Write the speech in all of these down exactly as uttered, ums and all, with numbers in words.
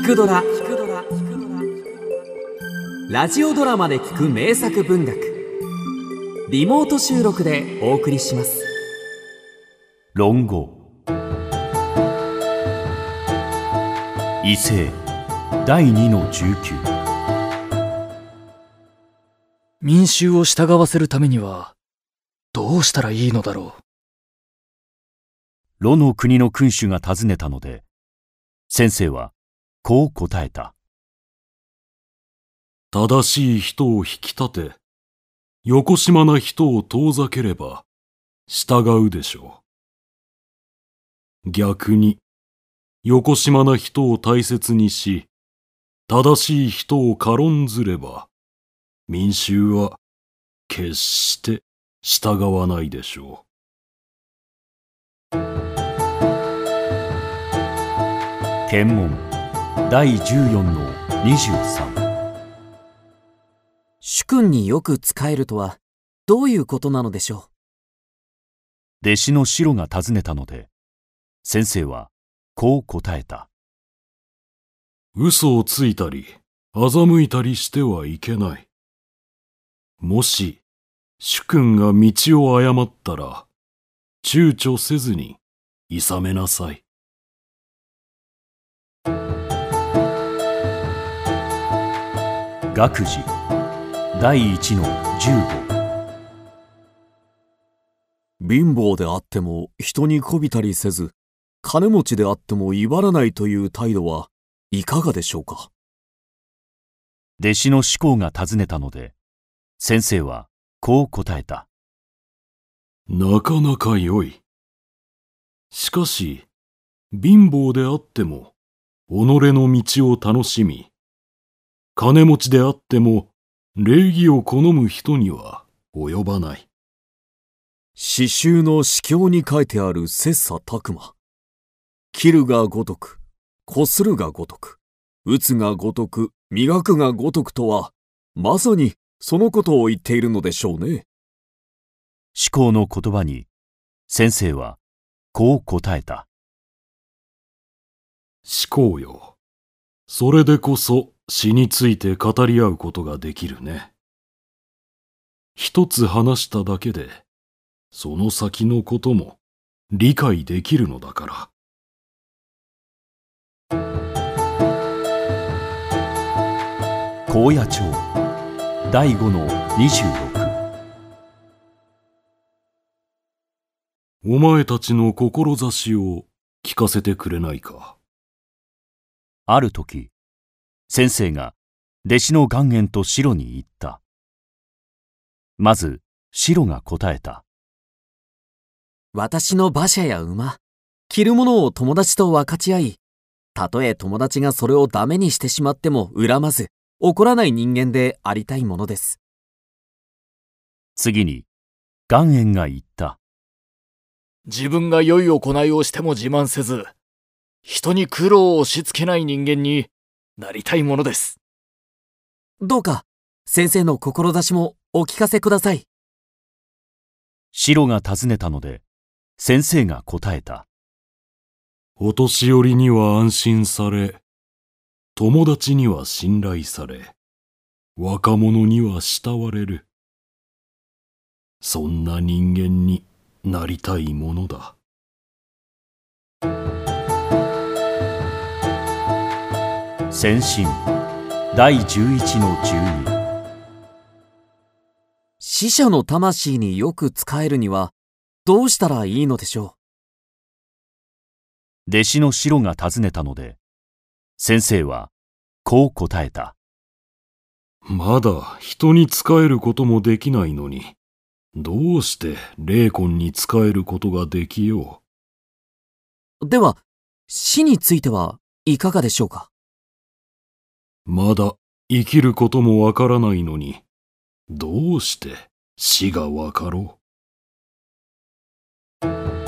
くドラ」ラジオドラマで聞く名作文学、リモート収録でお送りします。 論語異性だいにのじゅうきゅう。 民衆を従わせるためにはどうしたらいいのだろう。 魯の国の君主が尋ねたので、先生はこう答えた。 正しい人を引き立て、よこしまな人を遠ざければ従うでしょう。逆に、よこしまな人を大切にし、正しい人を軽んずれば、民衆は決して従わないでしょう。 検問だいじゅうよんのにじゅうさん。 主君によく仕えるとはどういうことなのでしょう。弟子のシロが尋ねたので、先生はこう答えた。 嘘をついたり欺いたりしてはいけない。もし主君が道を誤ったら躊躇せずに諌めなさい。 学事だいいちのじゅうご。 貧乏であっても人に媚びたりせず、金持ちであっても威張らないという態度はいかがでしょうか。 弟子の志功が尋ねたので、先生はこう答えた。 なかなか良い。しかし、貧乏であっても己の道を楽しみ、金持ちであっても礼儀を好む人には及ばない。 詩集の詩経に書いてある切磋琢磨。切るが如く、こするが如く、打つが如く、磨くが如くとは、まさにそのことを言っているのでしょうね。 志功の言葉に、先生はこう答えた。 志功よ。それでこそ詩について語り合うことができるね。一つ話しただけで、その先のことも理解できるのだから。 高野町だいごのにじゅうろく。 お前たちの志を聞かせてくれないか。 ある時、先生が弟子の願円とシロに言った。まずシロが答えた。 私の馬車や馬、着るものを友達と分かち合い、たとえ友達がそれをダメにしてしまっても恨まず、怒らない人間でありたいものです。 次に、願円が言った。 自分が良い行いをしても自慢せず、人に苦労を押し付けない人間になりたいものです。 どうか、先生の志もお聞かせください。 シロが尋ねたので、先生が答えた。 お年寄りには安心され、友達には信頼され、若者には慕われる。そんな人間になりたいものだ。 先進だいじゅういちのじゅうに。 死者の魂によく仕えるにはどうしたらいいのでしょう。弟子のシロが尋ねたので、先生はこう答えた。 まだ人に仕えることもできないのに、どうして霊魂に仕えることができよう。では、死についてはいかがでしょうか。 まだ生きることもわからないのに、どうして死がわかろう。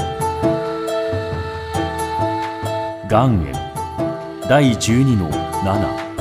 願円だいじゅうにのなな。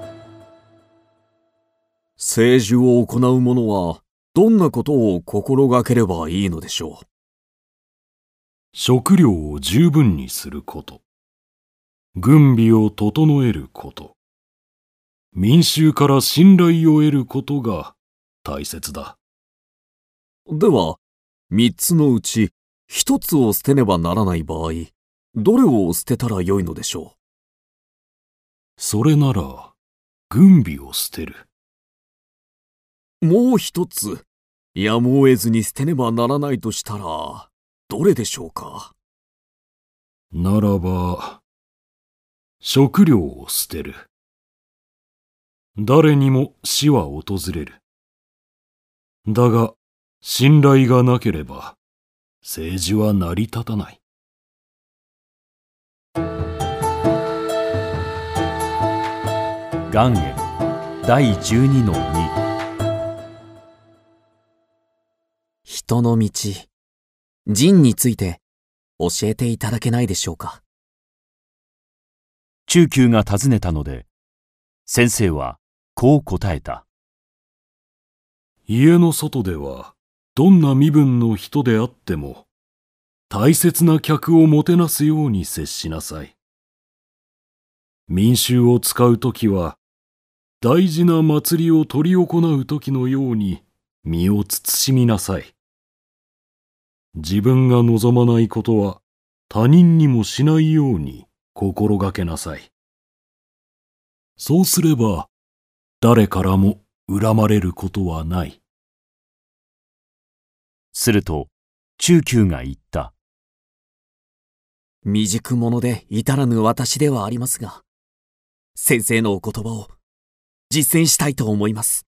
政治を行う者はどんなことを心がければいいのでしょう。 食料を十分にすること。 軍備を整えること、民衆から信頼を得ることが大切だ。 では、三つのうち一つを捨てねばならない場合、どれを捨てたらよいのでしょそれなら、軍備を捨てる。 う。もう一つ、やむを得ずに捨てねばならないとしたら、どれでしょうか。 ならば、食料を捨てる。誰にも死は訪れる。だが、信頼がなければ、政治は成り立たない。 願言だいじゅうにのに。 人の道、仁について教えていただけないでしょうか。 中宮が尋ねたので、先生はこう答えた。 家の外では、どんな身分の人であっても、大切な客をもてなすように接しなさい。民衆を使うときは、大事な祭りを執り行うときのように身を慎みなさい。自分が望まないことは他人にもしないように心がけなさい。そうすれば、誰からも恨まれることはない。 すると、中宮が言った。 未熟者で至らぬ私ではありますが、先生のお言葉を実践したいと思います。